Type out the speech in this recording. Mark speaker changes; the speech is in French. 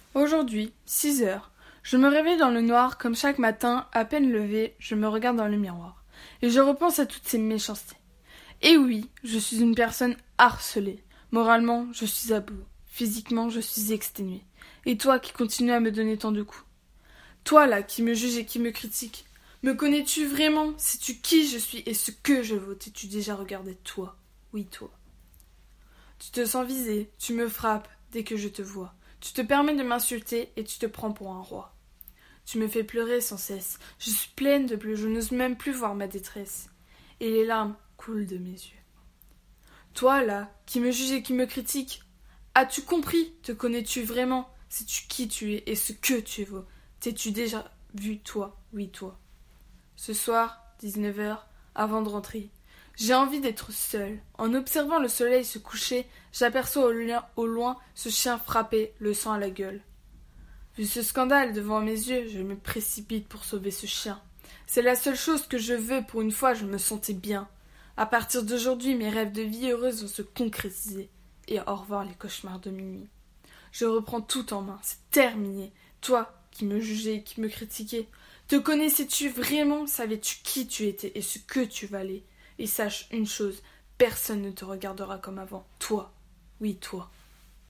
Speaker 1: Aujourd'hui, 6 heures. Je me réveille dans le noir comme chaque matin, à peine levé, je me regarde dans le miroir. Et je repense à toutes ces méchancetés. Et oui, je suis une personne harcelée. Moralement, je suis à bout. Physiquement, je suis exténuée. Et toi qui continues à me donner tant de coups. Toi là, qui me juge et qui me critique. Me connais-tu vraiment? Sais-tu qui je suis et ce que je vaux? T'es-tu déjà regardé toi? Oui, toi. Tu te sens visé, tu me frappes dès que je te vois. Tu te permets de m'insulter et tu te prends pour un roi. Tu me fais pleurer sans cesse. Je suis pleine de bleu, je n'ose même plus voir ma détresse. Et les larmes coulent de mes yeux. Toi, là, qui me juge et qui me critique, as-tu compris? Te connais-tu vraiment? Sais-tu qui tu es et ce que tu vaux? T'es-tu déjà vu, toi? Oui, toi. Ce soir, 19 heures, avant de rentrer, j'ai envie d'être seule. En observant le soleil se coucher, j'aperçois au loin ce chien frappé, le sang à la gueule. Vu ce scandale devant mes yeux, je me précipite pour sauver ce chien. C'est la seule chose que je veux, pour une fois je me sentais bien. À partir d'aujourd'hui, mes rêves de vie heureuse vont se concrétiser. Et au revoir les cauchemars de minuit. Je reprends tout en main, c'est terminé. Toi, qui me jugeais et qui me critiquais, te connaissais-tu vraiment? Savais-tu qui tu étais et ce que tu valais? Et sache une chose, personne ne te regardera comme avant. Toi, oui toi.